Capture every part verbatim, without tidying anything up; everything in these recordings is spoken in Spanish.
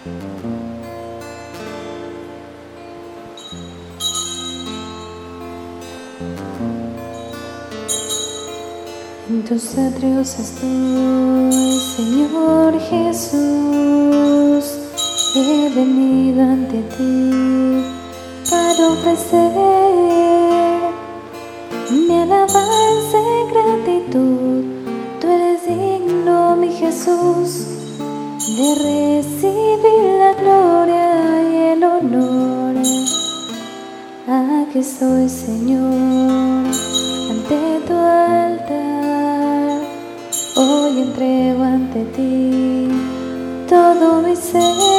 En tus atrios estoy, Señor Jesús. He venido ante ti para ofrecer mi alabanza y gratitud. Tú eres digno, mi Jesús, de recibir la gloria y el honor. Aquí estoy, Señor, ante tu altar. Hoy entrego ante ti todo mi ser.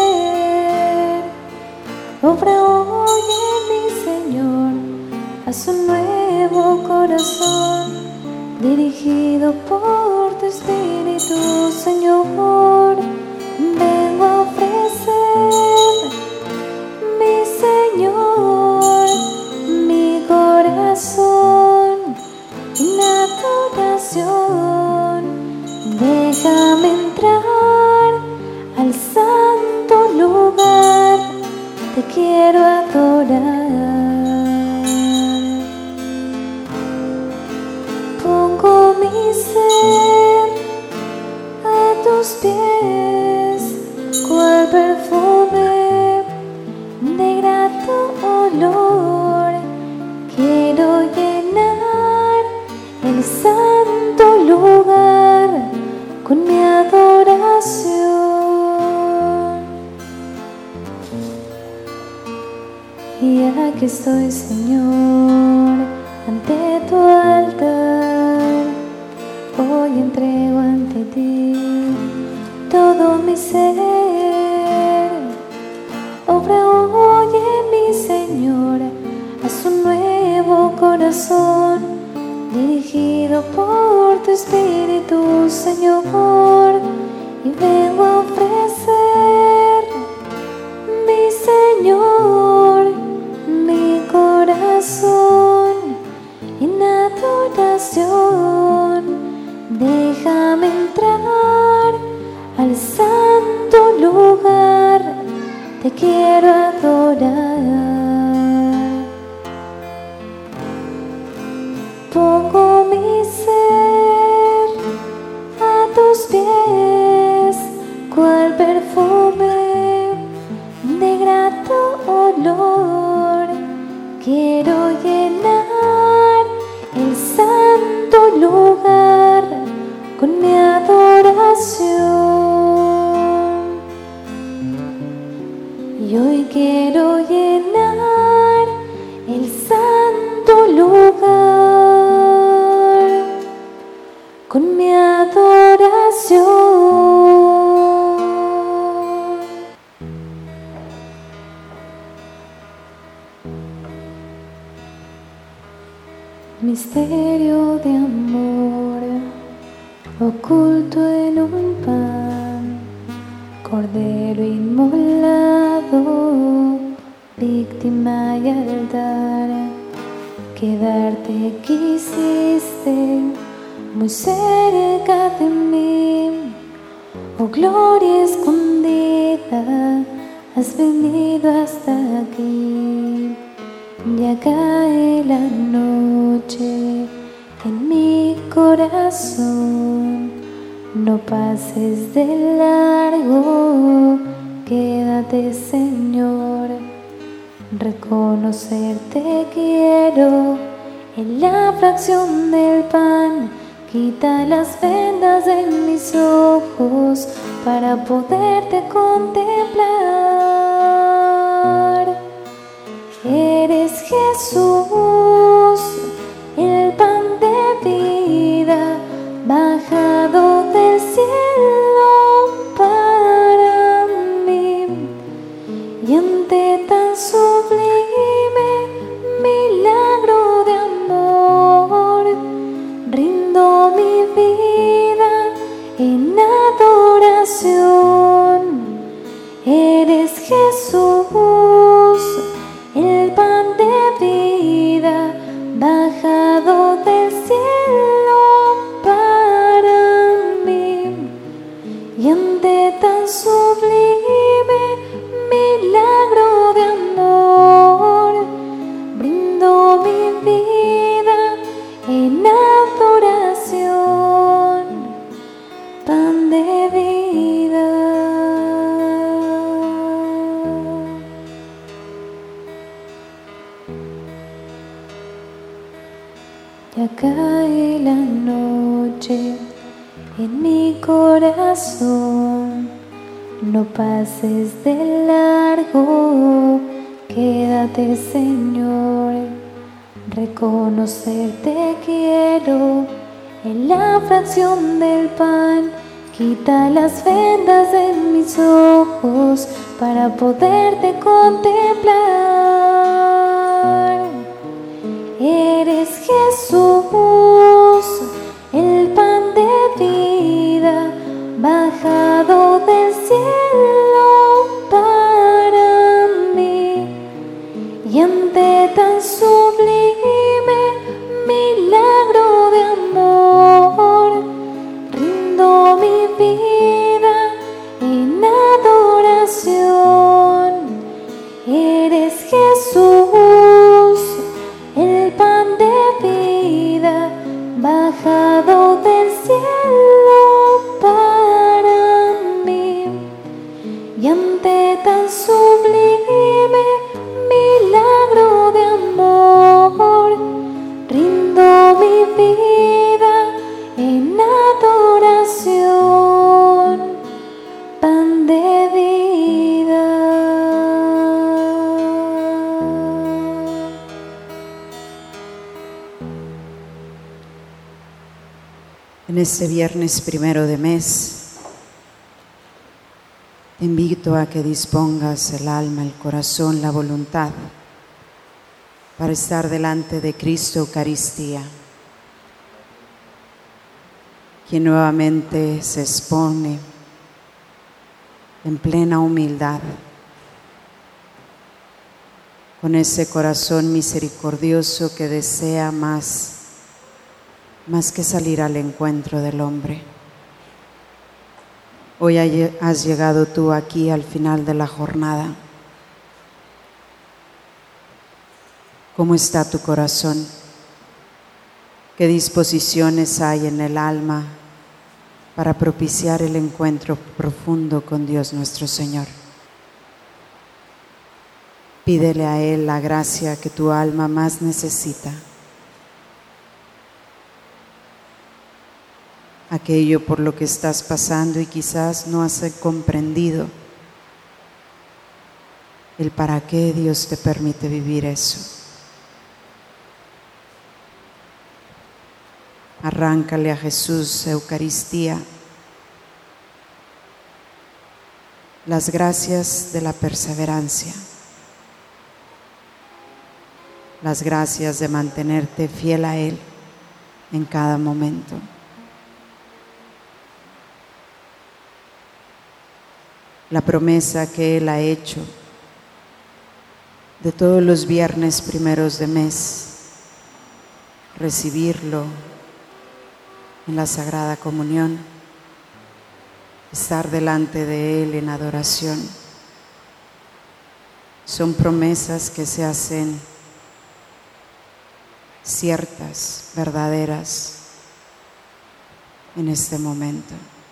Obra hoy en mi Señor, haz un nuevo corazón dirigido por tu Espíritu, Señor. Vengo a ofrecer, mi Señor, mi corazón en adoración. Déjame entrar al santo lugar, te quiero adorar. Pongo mi ser a tus pies, cual perfume de grato olor. Quiero llenar el santo lugar con mi adoración. Y aquí estoy, Señor, ante tu altar. Hoy entrego ante ti todo mi ser. Obra hoy en mi Señor, haz un nuevo corazón dirigido por tu Espíritu, Señor. Y vengo a ofrecer, mi Señor, mi corazón en adoración. Déjame entrar al santo lugar, te quiero adorar. Pongo mi ser a tus pies, cual perfume de grato olor. Quiero llenar el santo lugar con mi adoración. Y hoy quiero llenar el santo lugar con mi adoración. Misterio de amor oculto en un pan, cordero inmolado, víctima y altar. Quedarte quisiste muy cerca de mí, oh gloria escondida, has venido hasta aquí. Ya cae la noche en mi corazón, no pases de largo, quédate, Señor. Reconocerte quiero en la fracción del pan. Quita las vendas de mis ojos para poderte contemplar. Eres Jesús, el pan de vida, bajado del cielo para mí. Y ante tan sublime milagro de amor, rindo mi vida en adoración. Eres Jesús, el pan de vida, bajado del cielo para noche en mi corazón. No pases de largo, quédate, Señor. Reconocerte quiero en la fracción del pan. Quita las vendas de mis ojos para poderte contemplar. Eres Jesús, el pan de vida, bajado del cielo para mí. Y ante tan sublime milagro de amor, rindo mi vida en adoración. Eres Jesús, el pan de vida, bajado del cielo para mí. Y ante tan sublime milagro de amor, rindo mi vida en adoración. Pan de vida. En este viernes primero de mes, te invito a que dispongas el alma, el corazón, la voluntad para estar delante de Cristo Eucaristía, quien nuevamente se expone en plena humildad, con ese corazón misericordioso que desea más más que salir al encuentro del hombre. Hoy has llegado tú aquí al final de la jornada. ¿Cómo está tu corazón? ¿Qué disposiciones hay en el alma para propiciar el encuentro profundo con Dios nuestro Señor? Pídele a Él la gracia que tu alma más necesita. Aquello por lo que estás pasando y quizás no has comprendido el para qué Dios te permite vivir eso. Arráncale a Jesús, Eucaristía, las gracias de la perseverancia, las gracias de mantenerte fiel a Él en cada momento. La promesa que Él ha hecho de todos los viernes primeros de mes, recibirlo en la Sagrada Comunión, estar delante de Él en adoración. Son promesas que se hacen ciertas, verdaderas en este momento.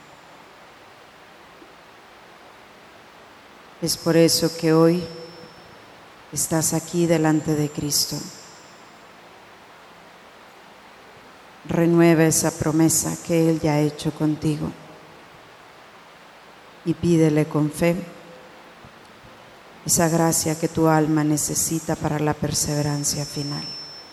Es por eso que hoy estás aquí delante de Cristo. Renueva esa promesa que Él ya ha hecho contigo y pídele con fe esa gracia que tu alma necesita para la perseverancia final.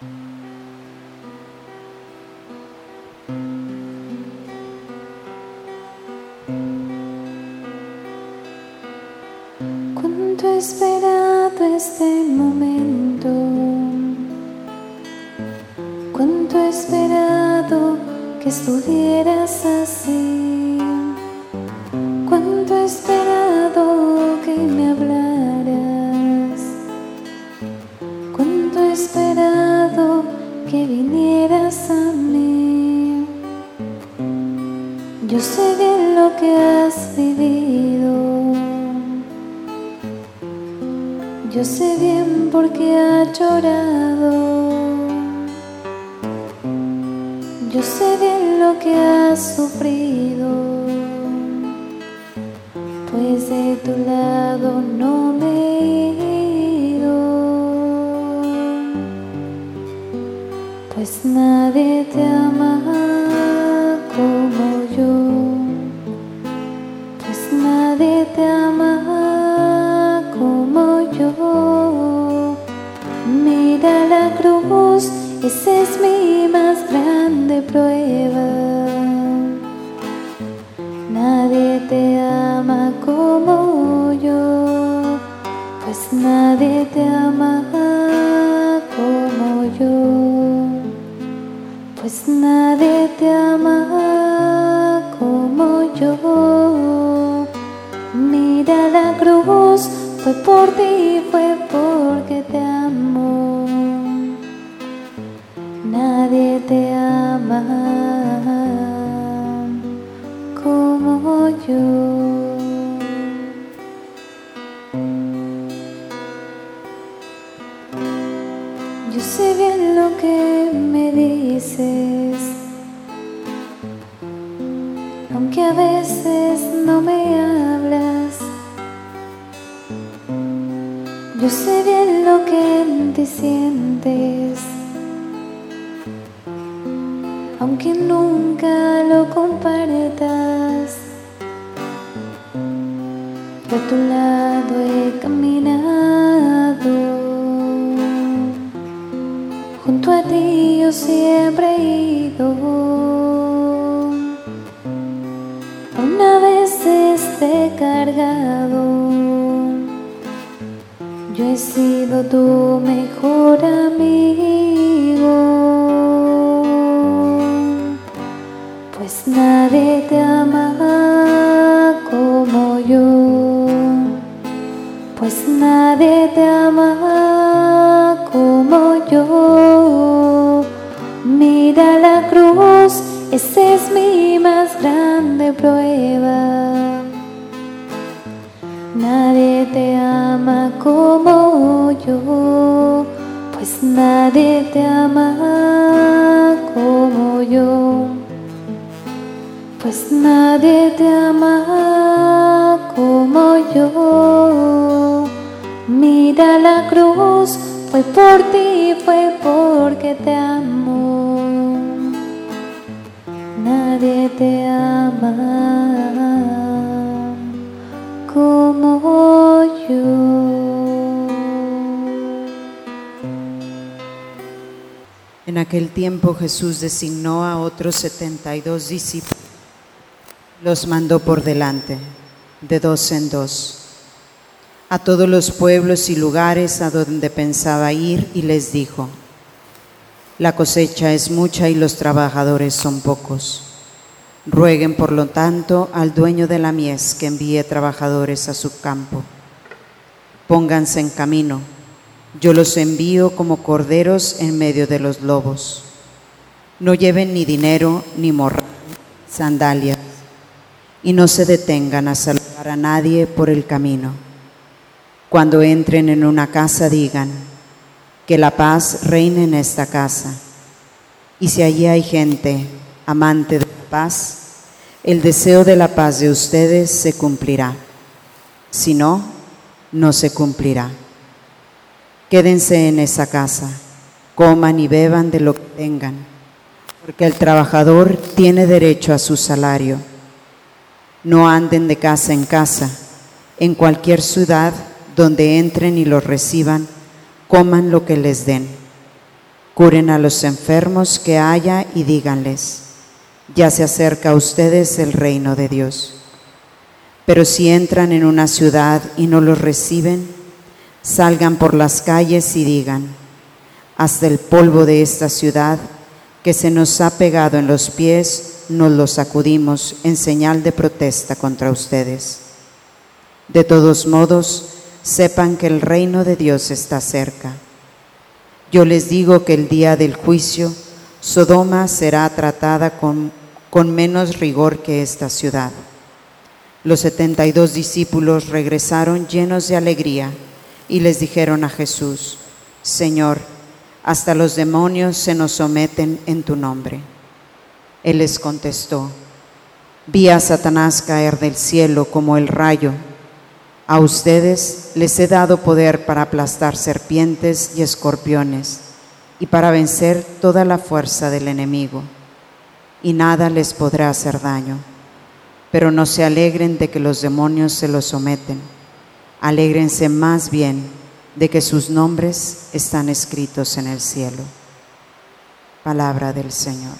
Cuánto he esperado este momento, cuánto he esperado que estuvieras así, cuánto he esperado que me hablaras, cuánto he esperado que vinieras a mí. Yo sé bien lo que has vivido, yo sé bien por qué has llorado, yo sé bien lo que has sufrido, pues de tu lado no me he ido, pues nadie te ama como nadie te ama como yo, pues nadie te ama como yo. Mira la cruz, fue por ti, fue porque te amo. Nadie te ama como yo. Yo sé bien lo que me dices, aunque a veces no me hablas. Yo sé bien lo que en ti sientes, aunque nunca lo compartas. Yo a tu lado he caminado, junto a ti yo siempre he ido. Una vez esté cargado, yo he sido tu mejor amigo. Pues nadie te ama como yo, pues nadie te ama como yo. Mira la cruz, esa es mi más grande prueba. Nadie te ama como yo, pues nadie te ama como yo. Pues nadie te ama como yo. Mira la cruz, fue por ti, fue porque te amo. Nadie te ama como yo. En aquel tiempo Jesús designó a otros setenta y dos discípulos. Los mandó por delante, de dos en dos, a todos los pueblos y lugares a donde pensaba ir, y les dijo: la cosecha es mucha y los trabajadores son pocos. Rueguen, por lo tanto, al dueño de la mies que envíe trabajadores a su campo. Pónganse en camino, yo los envío como corderos en medio de los lobos. No lleven ni dinero, ni morral, ni sandalias, y no se detengan a saludar a nadie por el camino. Cuando entren en una casa, digan: que la paz reine en esta casa. Y si allí hay gente amante de la paz, el deseo de la paz de ustedes se cumplirá. Si no, no se cumplirá. Quédense en esa casa, coman y beban de lo que tengan, porque el trabajador tiene derecho a su salario. No anden de casa en casa. En cualquier ciudad donde entren y los reciban, coman lo que les den. Curen a los enfermos que haya y díganles: ya se acerca a ustedes el reino de Dios. Pero si entran en una ciudad y no los reciben, salgan por las calles y digan: hasta el polvo de esta ciudad que se nos ha pegado en los pies, nos lo sacudimos en señal de protesta contra ustedes. De todos modos, sepan que el reino de Dios está cerca. Yo les digo que el día del juicio, Sodoma será tratada con, con menos rigor que esta ciudad. Los setenta y dos discípulos regresaron llenos de alegría y les dijeron a Jesús: Señor, hasta los demonios se nos someten en tu nombre. Él les contestó: vi a Satanás caer del cielo como el rayo. A ustedes les he dado poder para aplastar serpientes y escorpiones y para vencer toda la fuerza del enemigo, y nada les podrá hacer daño. Pero no se alegren de que los demonios se los someten, alégrense más bien de que sus nombres están escritos en el cielo. Palabra del Señor.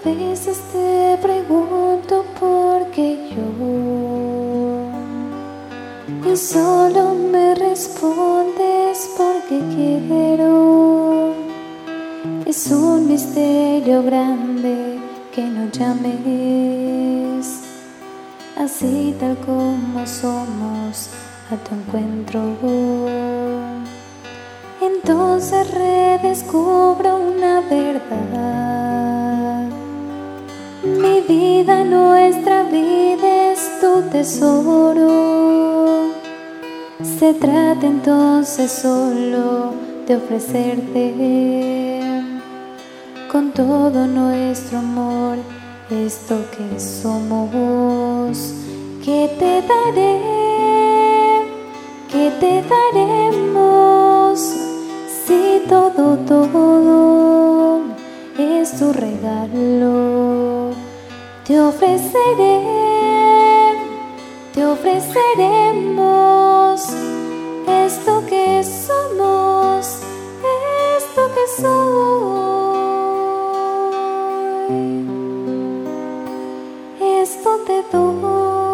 veces te pregunto por qué yo, y solo me respondes porque quiero. Es un misterio grande que no llames así tal como somos a tu encuentro. Entonces redescubro una verdad. Mi vida, nuestra vida es tu tesoro. Se trata entonces solo de ofrecerte con todo nuestro amor esto que somos. Que te daré, que te daremos, si todo, todo es tu regalo. Te ofreceré, te ofreceremos esto que somos, esto que soy, esto te doy.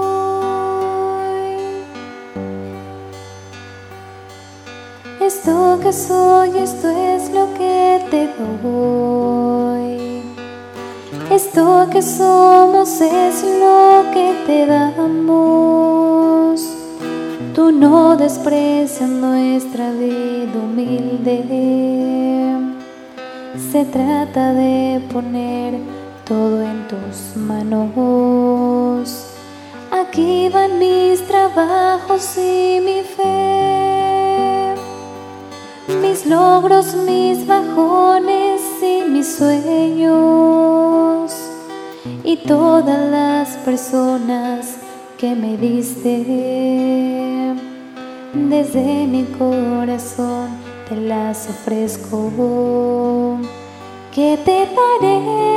Esto que soy, esto es lo que te doy. Esto que somos es lo que te damos. Tú no desprecias nuestra vida humilde. Se trata de poner todo en tus manos. Aquí van mis trabajos y mi fe, mis logros, mis bajones y mis sueños, y todas las personas que me diste. Desde mi corazón te las ofrezco. Que te daré,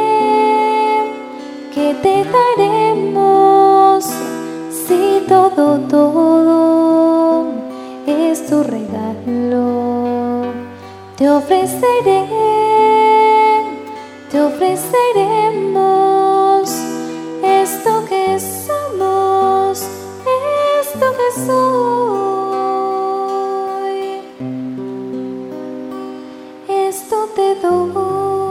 que te daremos, si todo, todo es tu regalo. Te ofreceré, te ofreceremos esto que somos, esto que soy, esto te doy.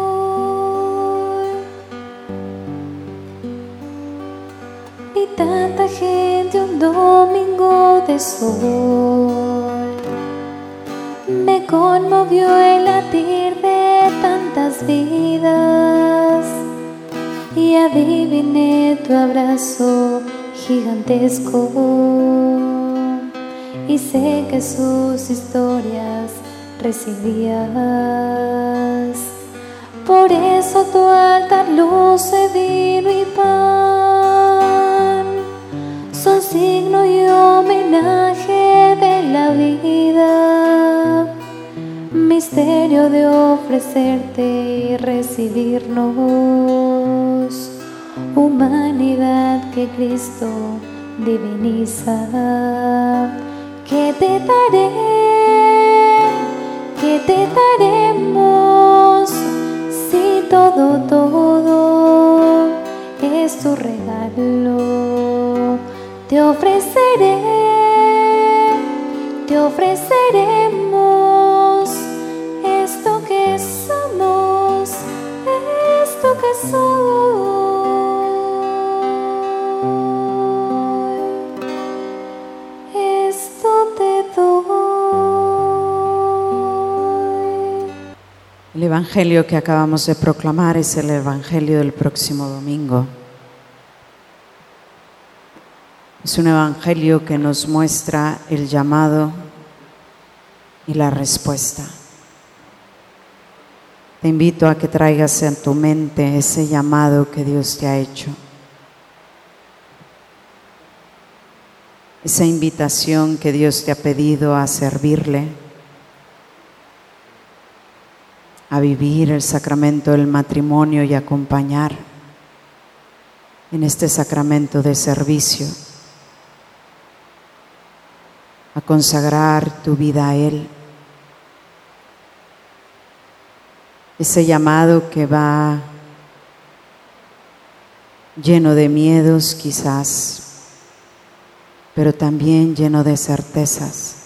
Vi tanta gente un domingo de sol, me conmovió el latir de tantas vidas, y adiviné tu abrazo gigantesco, y sé que sus historias recibías. Por eso tu altar luce vino y pan, son signo y homenaje de la vida, misterio de ofrecerte y recibirnos, humanidad que Cristo diviniza. Que te daré, que te daremos, si todo, todo es tu regalo. Te ofreceré, te ofreceremos esto que somos, esto que soy, esto te doy. El Evangelio que acabamos de proclamar es el Evangelio del próximo domingo. Es un Evangelio que nos muestra el llamado y la respuesta. Te invito a que traigas en tu mente ese llamado que Dios te ha hecho. Esa invitación que Dios te ha pedido a servirle, a vivir el sacramento del matrimonio y acompañar en este sacramento de servicio, a consagrar tu vida a Él. Ese llamado que va lleno de miedos quizás, pero también lleno de certezas.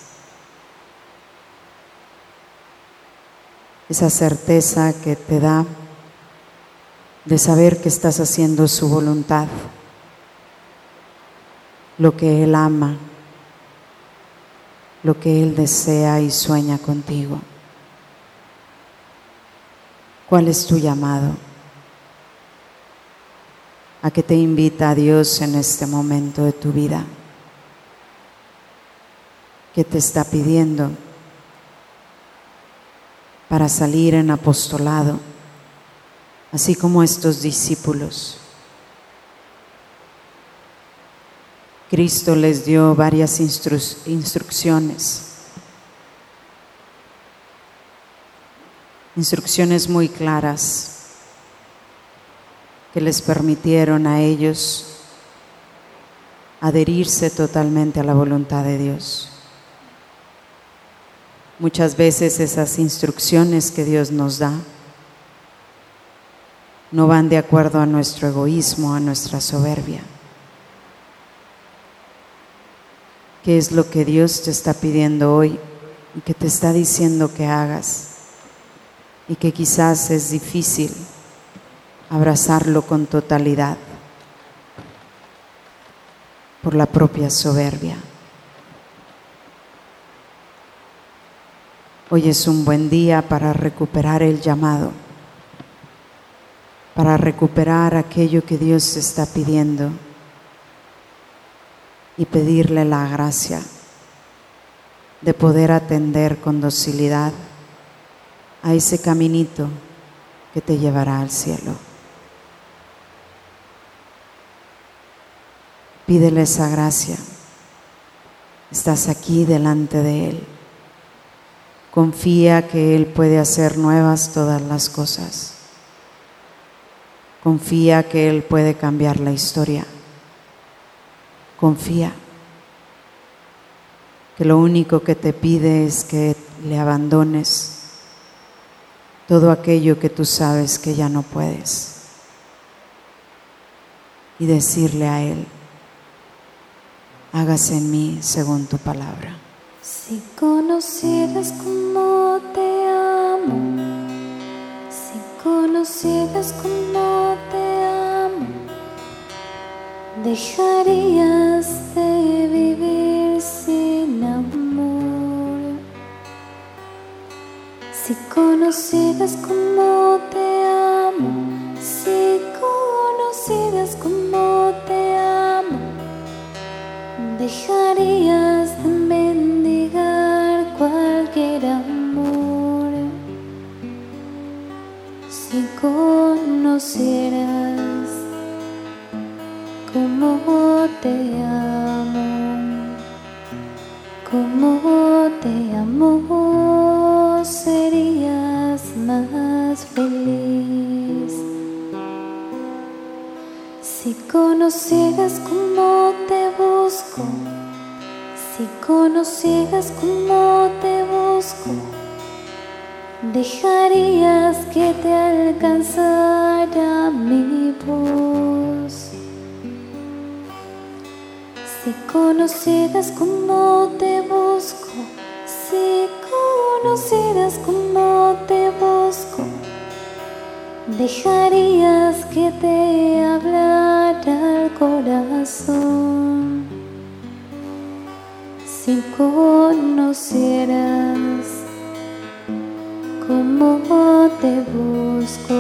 Esa certeza que te da de saber que estás haciendo su voluntad, lo que Él ama, lo que Él desea y sueña contigo. ¿Cuál es tu llamado? ¿A qué te invita Dios en este momento de tu vida? ¿Qué te está pidiendo para salir en apostolado, así como estos discípulos? Cristo les dio varias instru instrucciones, instrucciones muy claras que les permitieron a ellos adherirse totalmente a la voluntad de Dios. Muchas veces esas instrucciones que Dios nos da no van de acuerdo a nuestro egoísmo, a nuestra soberbia. ¿Qué es lo que Dios te está pidiendo hoy y que te está diciendo que hagas? Y que quizás es difícil abrazarlo con totalidad por la propia soberbia. Hoy es un buen día para recuperar el llamado, para recuperar aquello que Dios te está pidiendo y pedirle la gracia de poder atender con docilidad a ese caminito que te llevará al cielo. Pídele esa gracia. Estás aquí delante de Él. Confía que Él puede hacer nuevas todas las cosas. Confía que Él puede cambiar la historia. Confía que lo único que te pide es que le abandones todo aquello que tú sabes que ya no puedes y decirle a Él: hágase en mí según tu palabra. Si conocieras cómo te amo, si conocieras cómo te amo, dejarías de vivir sin amor. Si conocieras cómo te amo, si conocieras cómo te amo, dejarías de mendigar cualquier amor. Si conocieras cómo te amo, cómo te amo, serías más feliz. Si conocieras cómo te busco, si conocieras cómo te busco, dejarías que te alcanzara mi voz. Si conocieras cómo te busco, si conocieras cómo te busco, dejarías que te hablara el corazón. Si conocieras cómo te busco,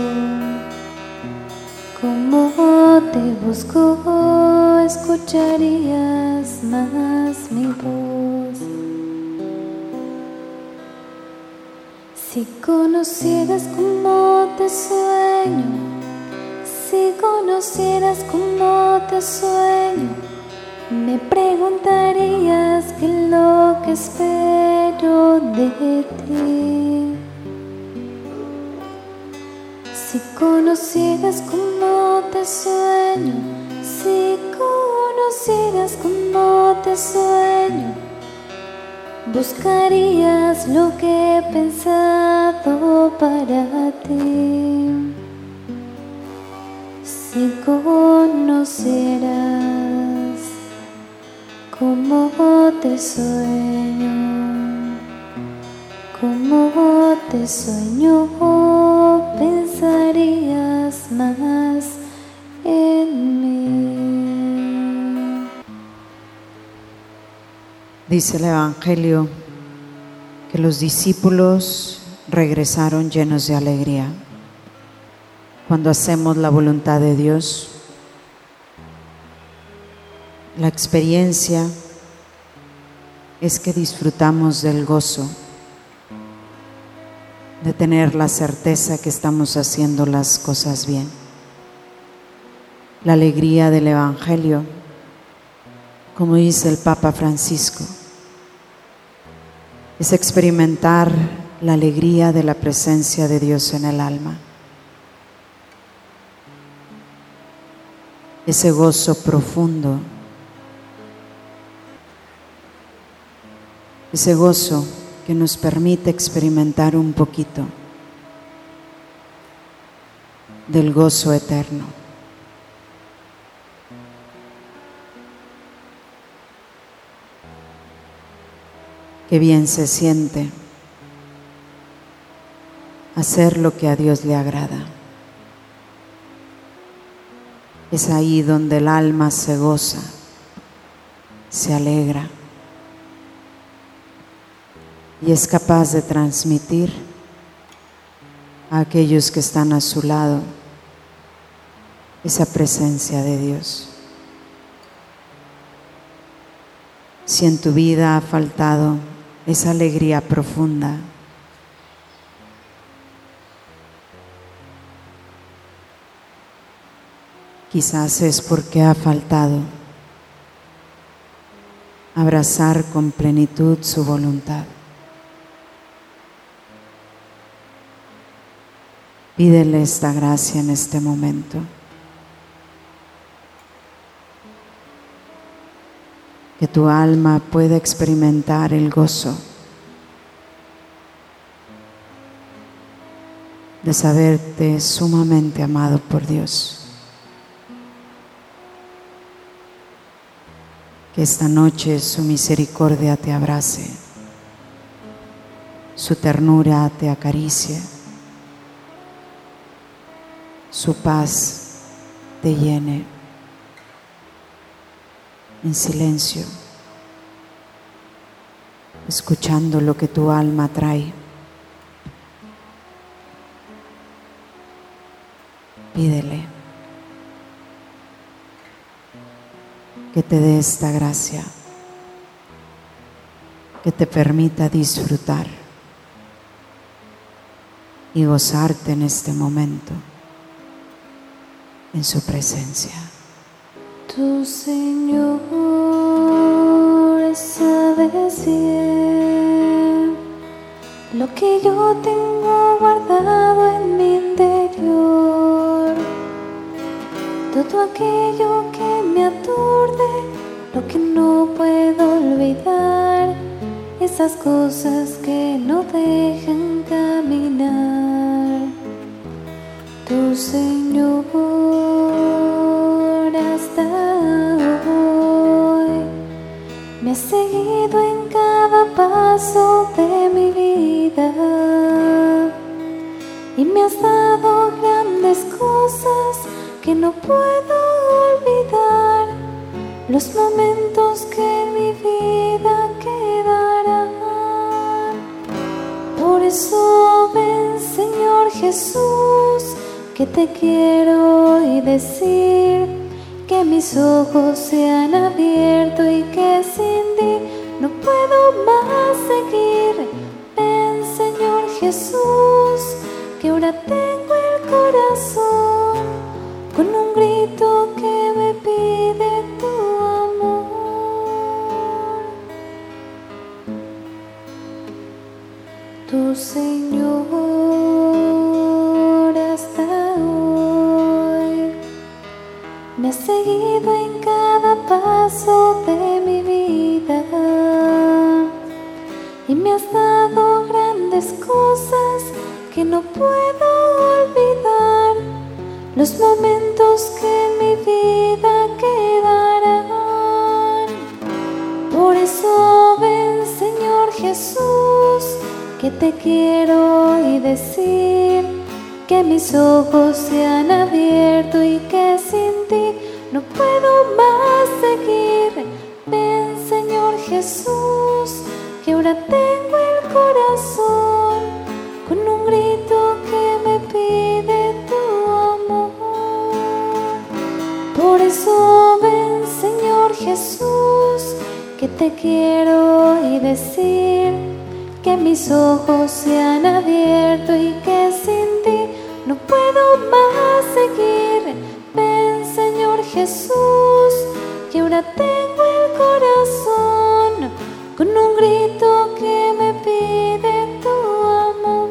cómo te busco, escucharías más mi voz. Si conocieras cómo te sueño, si conocieras cómo te sueño, me preguntarías qué es lo que espero de ti. Si conocieras cómo te sueño, si conocieras cómo te sueño, buscarías lo que he pensado para ti. Si Si conocieras cómo te sueño, cómo te sueño, pensarías más en mí. Dice el Evangelio que los discípulos regresaron llenos de alegría. Cuando hacemos la voluntad de Dios, la experiencia es que disfrutamos del gozo, de tener la certeza que estamos haciendo las cosas bien. La alegría del Evangelio, como dice el Papa Francisco, es experimentar la alegría de la presencia de Dios en el alma. Ese gozo profundo, ese gozo que nos permite experimentar un poquito del gozo eterno. Qué bien se siente hacer lo que a Dios le agrada. Es ahí donde el alma se goza, se alegra y es capaz de transmitir a aquellos que están a su lado esa presencia de Dios. Si en tu vida ha faltado esa alegría profunda, quizás es porque ha faltado abrazar con plenitud su voluntad. Pídele esta gracia en este momento. Que tu alma pueda experimentar el gozo de saberte sumamente amado por Dios. Que esta noche su misericordia te abrace, su ternura te acaricie, su paz te llene. En silencio, escuchando lo que tu alma trae. Pídele que te dé esta gracia, que te permita disfrutar y gozarte en este momento en su presencia. Tu Señor sabes bien lo que yo tengo guardado en mi interior, todo aquello que me aturde, lo que no puedo olvidar, esas cosas que no dejan caminar. Tu Señor hasta hoy me has seguido en cada paso de mi vida y me has dado grandes cosas que no puedo olvidar, los momentos que en mi vida quedarán. Por eso ven, Señor Jesús, que te quiero hoy decir que mis ojos se han abierto y que sin ti no puedo más seguir. Ven, Señor Jesús, que ahora tengo el corazón con un grito que me pide tu amor. Tu Señor hasta hoy me has seguido en cada paso de mi vida y me has dado grandes cosas que no puedo olvidar, los los momentos que en mi vida quedarán. Por eso ven, Señor Jesús, que te quiero y decir que mis ojos se han abierto y que sin ti no puedo más seguir. Ven, Señor Jesús, que ahora tengo el corazón con un grito que me pide tu amor. Por eso ven, Señor Jesús, que te quiero y decir que mis ojos se han abierto y que sin ti no puedo más seguir. Ven, Señor Jesús, que ahora tengo el corazón con un grito que me pide tu amor.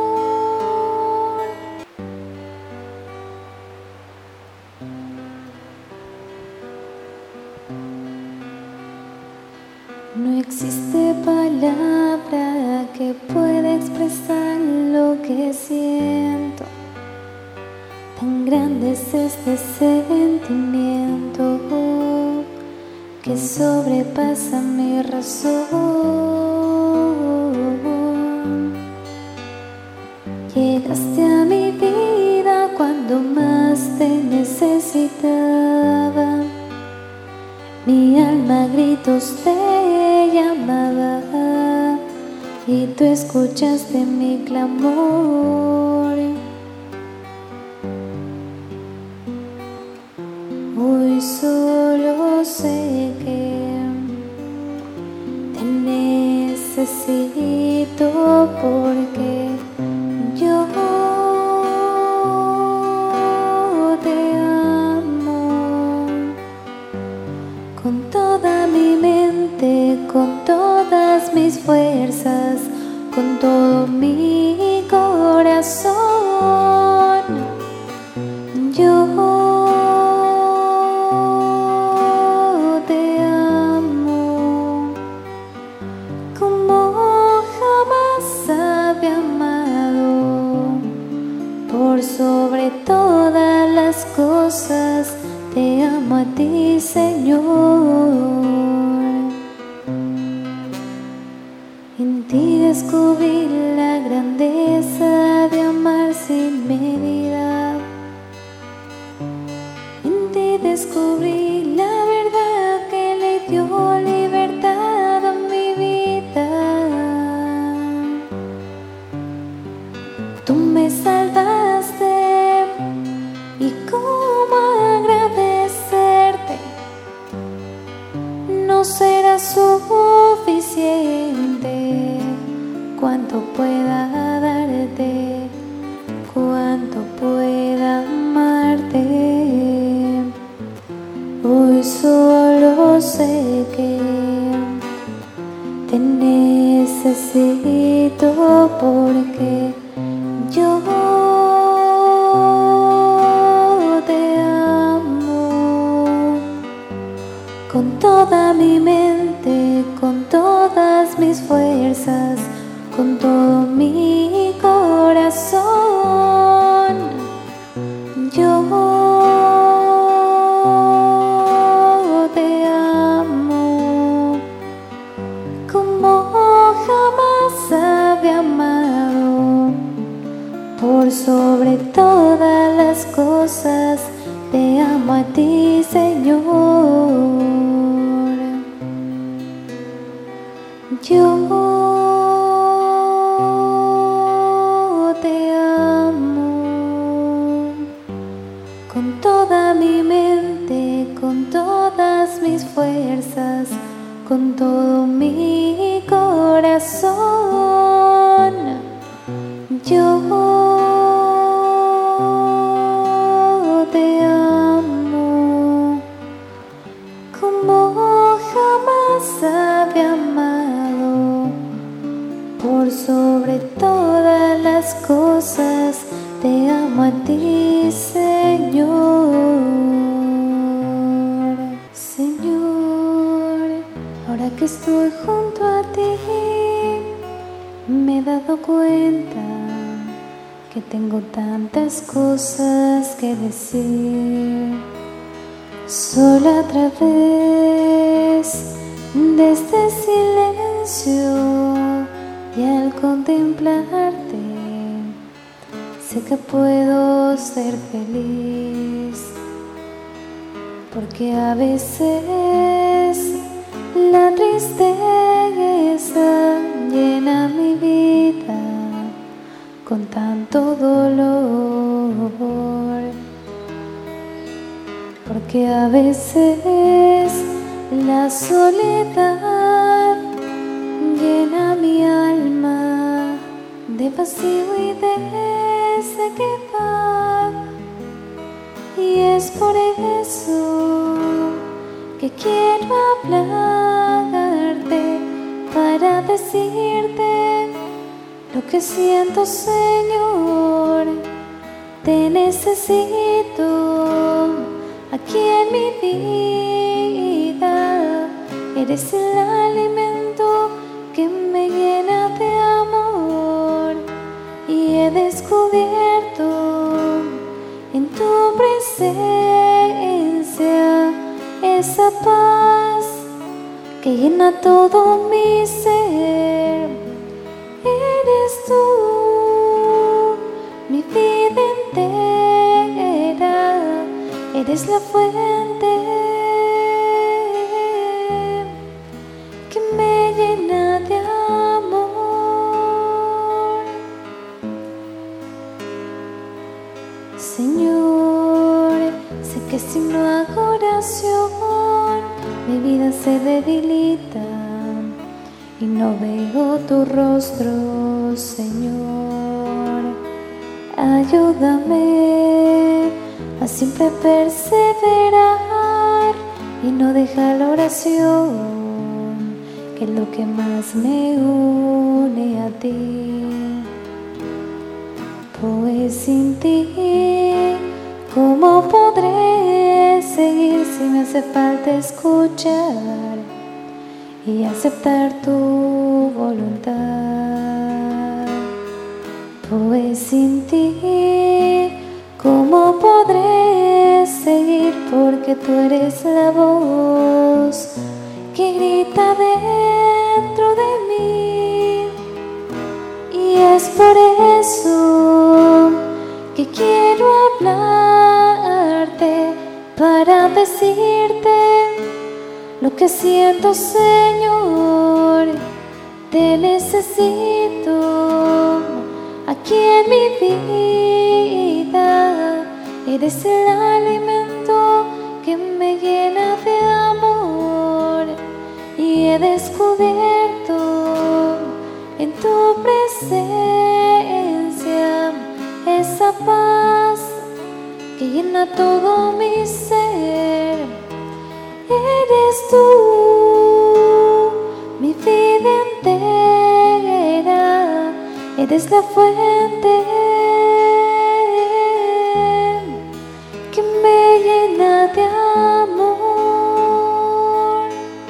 No existe palabra que pueda expresar lo que siento. Tan grande es este sentimiento que sobrepasa mi razón. Llegaste a mi vida cuando más te necesitaba. Mi alma a gritos te llamaba y tú escuchaste mi clamor. Hoy solo sé que te necesito porque yo te amo con toda mi mente, con todas mis fuerzas, con todo mi corazón. Yo te amo como jamás había amado. Por sobre todas las cosas te amo a ti, Señor. En ti descubrí la grandeza de amar sin medida. En ti descubrí la verdad que le dio libertad a mi vida. Tú me salvaste y cómo agradecerte. No será suficiente cuanto pueda darte, cuanto pueda amarte. Hoy solo sé que te necesito porque yo te amo con toda mi mente, con todas mis fuerzas, con todo mi corazón. Yo te amo como jamás había amado. Por sobre todas las cosas te amo a ti, Señor. Yo te amo con toda mi mente, con todas mis fuerzas, con todo mi corazón. Yo te amo como jamás había amado. Por sobre todas las cosas te amo a ti, Señor. Señor, ahora que estoy junto a ti, me he dado cuenta que tengo tantas cosas que decir. Solo a través de este silencio y al contemplarte, sé que puedo ser feliz, porque a veces la tristeza llena mi vida con tanto dolor, porque a veces la soledad llena mi alma de vacío y de sequedad, y es por eso que quiero hablarte para decirte lo que siento, Señor. Te necesito aquí en mi vida. Eres el alimento que me llena de amor, y he descubierto en tu presencia esa paz que llena todo mi ser. Eres tú, mi vida entera, eres la fuente que me llena de amor. Señor, sé que si no hago oración, mi vida se debilita y no veo tu rostro, Señor. Ayúdame a siempre perseverar y no dejar la oración, que es lo que más me une a ti. Pues sin ti, ¿cómo podré seguir si me hace falta escuchar y aceptar tu voluntad? Pues sin ti, ¿cómo podré seguir? Porque tú eres la voz que grita dentro de mí, y es por eso que quiero hablarte para decirte lo que siento, Señor. Te necesito aquí en mi vida. Eres el alimento que me llena de amor, y he descubierto en tu presencia esa paz que llena todo mi ser. Eres tú, mi vida entera, eres la fuente que me llena de amor,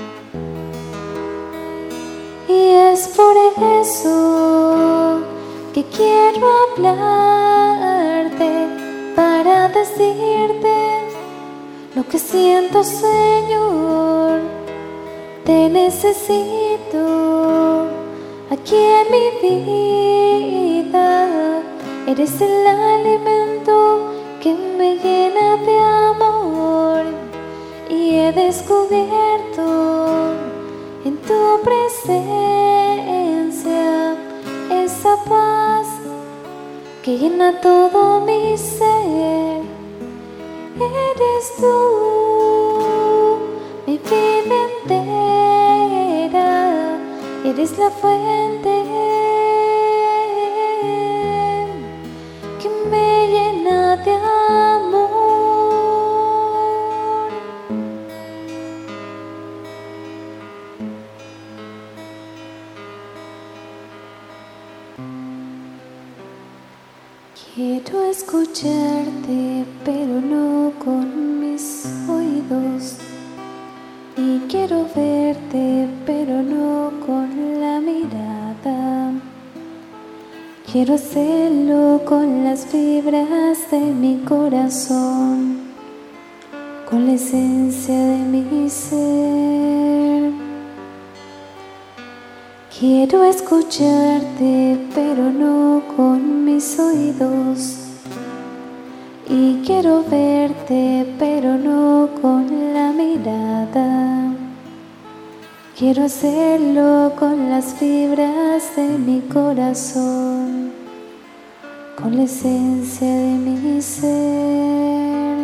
y es por eso que quiero hablarte para decirte lo que siento, Señor. Te necesito aquí en mi vida. Eres el alimento que me llena de amor, y he descubierto en tu presencia esa paz que llena todo mi ser. Eres tú, mi vida entera, eres la fuente que me llena de amor. Quiero escucharte, pero no con mis oídos, y quiero verte, pero no con la mirada. Quiero hacerlo con las fibras de mi corazón, con la esencia de mi ser. Quiero escucharte, pero no con mis oídos. Y quiero verte, pero no con la mirada. Quiero hacerlo con las fibras de mi corazón, con la esencia de mi ser.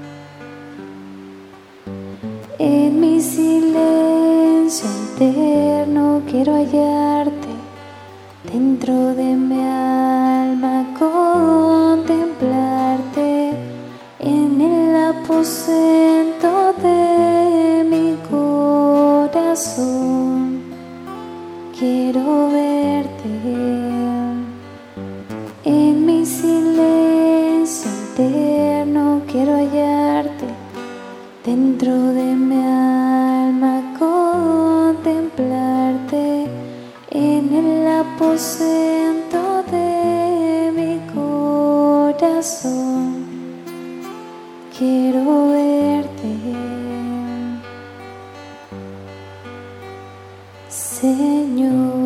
En mi silencio interno quiero hallarte, dentro de mi alma contemplarte, en el aposento de mi corazón. Quiero verte. En mi silencio interno quiero hallarte, dentro de mi alma contemplarte, en el aposento de mi corazón. Quiero verte, Señor.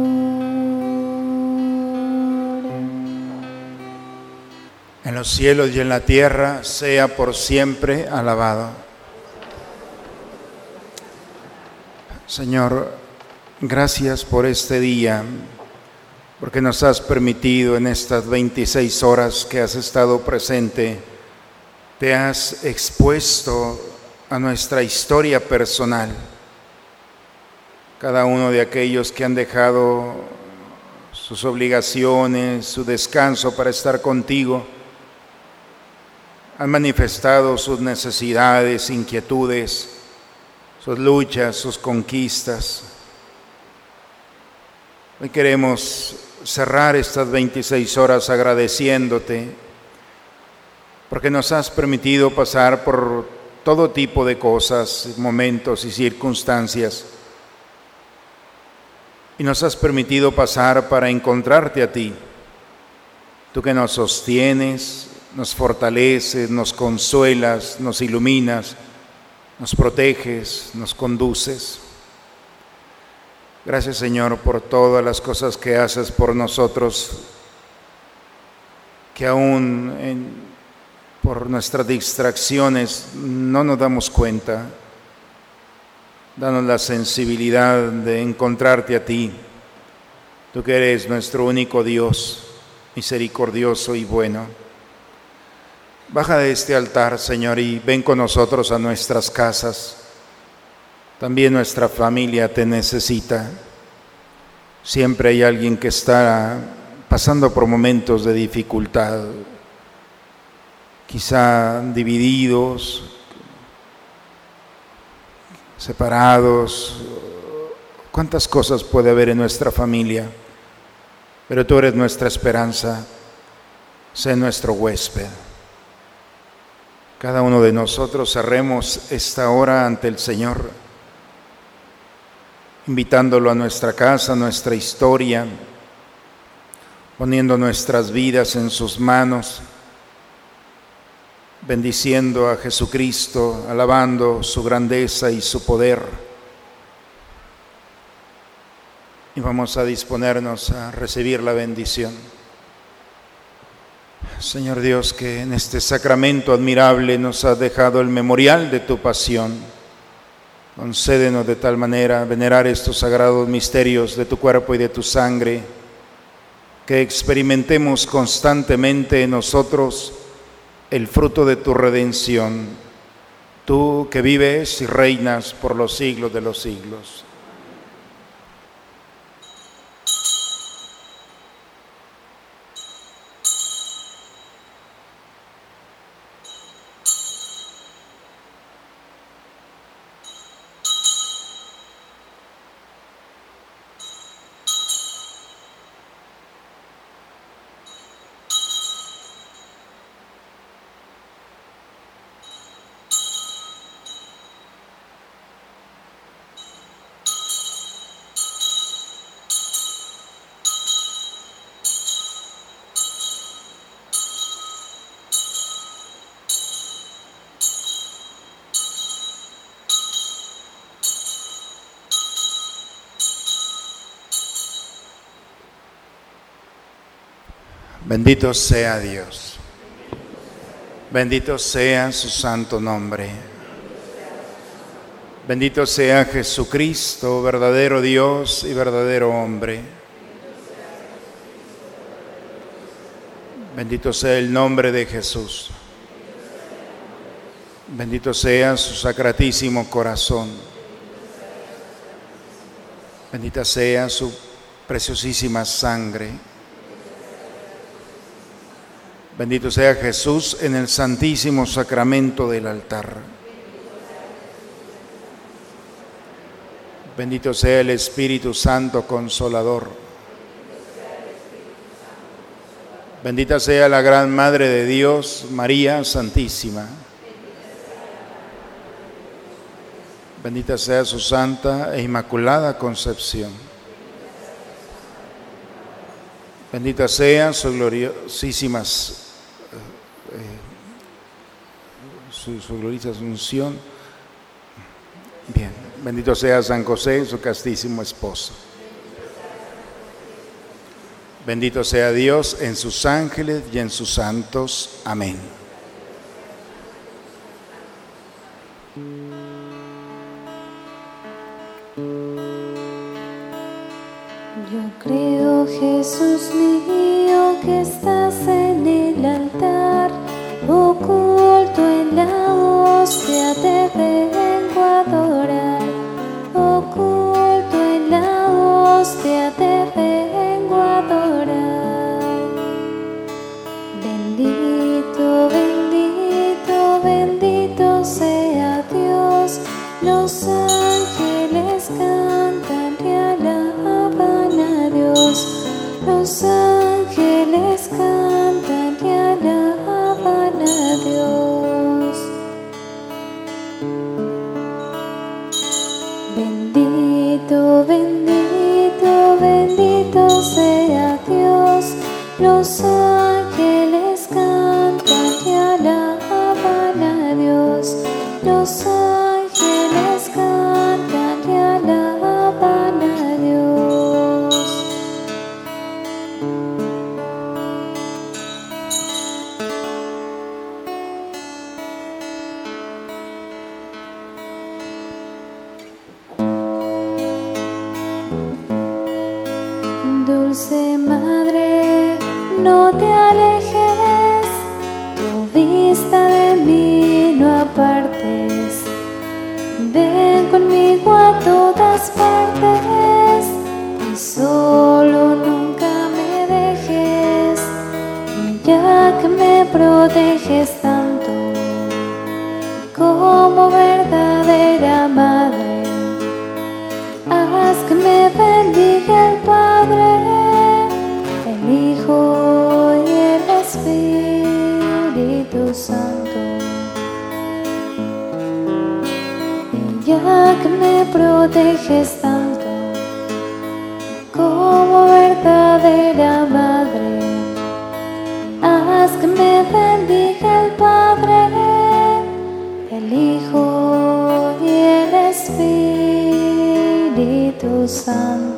En los cielos y en la tierra sea por siempre alabado. Señor, gracias por este día, porque nos has permitido en estas veintiséis horas que has estado presente, te has expuesto a nuestra historia personal. Cada uno de aquellos que han dejado sus obligaciones, su descanso para estar contigo, han manifestado sus necesidades, inquietudes, sus luchas, sus conquistas. Hoy queremos cerrar estas veintiséis horas agradeciéndote, porque nos has permitido pasar por todo tipo de cosas, momentos y circunstancias, y nos has permitido pasar para encontrarte a ti, tú que nos sostienes, nos fortaleces, nos consuelas, nos iluminas, nos proteges, nos conduces. Gracias, Señor, por todas las cosas que haces por nosotros, que aún en, por nuestras distracciones no nos damos cuenta. Danos la sensibilidad de encontrarte a ti, tú que eres nuestro único Dios, misericordioso y bueno. Baja de este altar, Señor, y ven con nosotros a nuestras casas. También nuestra familia te necesita. Siempre hay alguien que está pasando por momentos de dificultad, quizá divididos, separados. ¿Cuántas cosas puede haber en nuestra familia? Pero tú eres nuestra esperanza. Sé nuestro huésped. Cada uno de nosotros cerremos esta hora ante el Señor, invitándolo a nuestra casa, a nuestra historia, poniendo nuestras vidas en sus manos, bendiciendo a Jesucristo, alabando su grandeza y su poder. Y vamos a disponernos a recibir la bendición. Señor Dios, que en este sacramento admirable nos has dejado el memorial de tu pasión, concédenos de tal manera venerar estos sagrados misterios de tu cuerpo y de tu sangre, que experimentemos constantemente en nosotros el fruto de tu redención, tú que vives y reinas por los siglos de los siglos. Bendito sea Dios. Bendito sea su santo nombre. Bendito sea Jesucristo, verdadero Dios y verdadero hombre. Bendito sea el nombre de Jesús. Bendito sea su sacratísimo corazón. Bendita sea su preciosísima sangre. Bendito sea Jesús en el santísimo sacramento del altar. Bendito sea el Espíritu Santo Consolador. Bendita sea la gran Madre de Dios, María Santísima. Bendita sea su santa e inmaculada concepción. Bendita sea su gloriosísima Eh, su, su gloriosa asunción. Bien, bendito sea San José, su castísimo esposo. Bendito sea Dios en sus ángeles y en sus santos. Amén. Yo creo, Jesús mío, que estás en el altar, oculto en la hostia, te vengo a adorar. Oculto en la hostia, te vengo a adorar. Bendito, bendito, bendito sea Dios. Los ángeles cantan y alaban a Dios. Los ángeles cantan y alaban a Dios. Bendito, bendito, bendito sea Dios. Los ángeles cantan y alaban a Dios. Los ángeles cantan y alaban a Dios. Dulce Madre, no te alejes, tu vista de mí no apartes. Ven conmigo a todas partes y solo nunca me dejes, ya que me proteges tanto como verdadera madre. Haz que me bendiga el Padre, el Hijo y el Espíritu Santo. Y ya que me proteges tanto como verdadera madre, haz que me bendiga el Padre, el Hijo y el Espíritu Santo.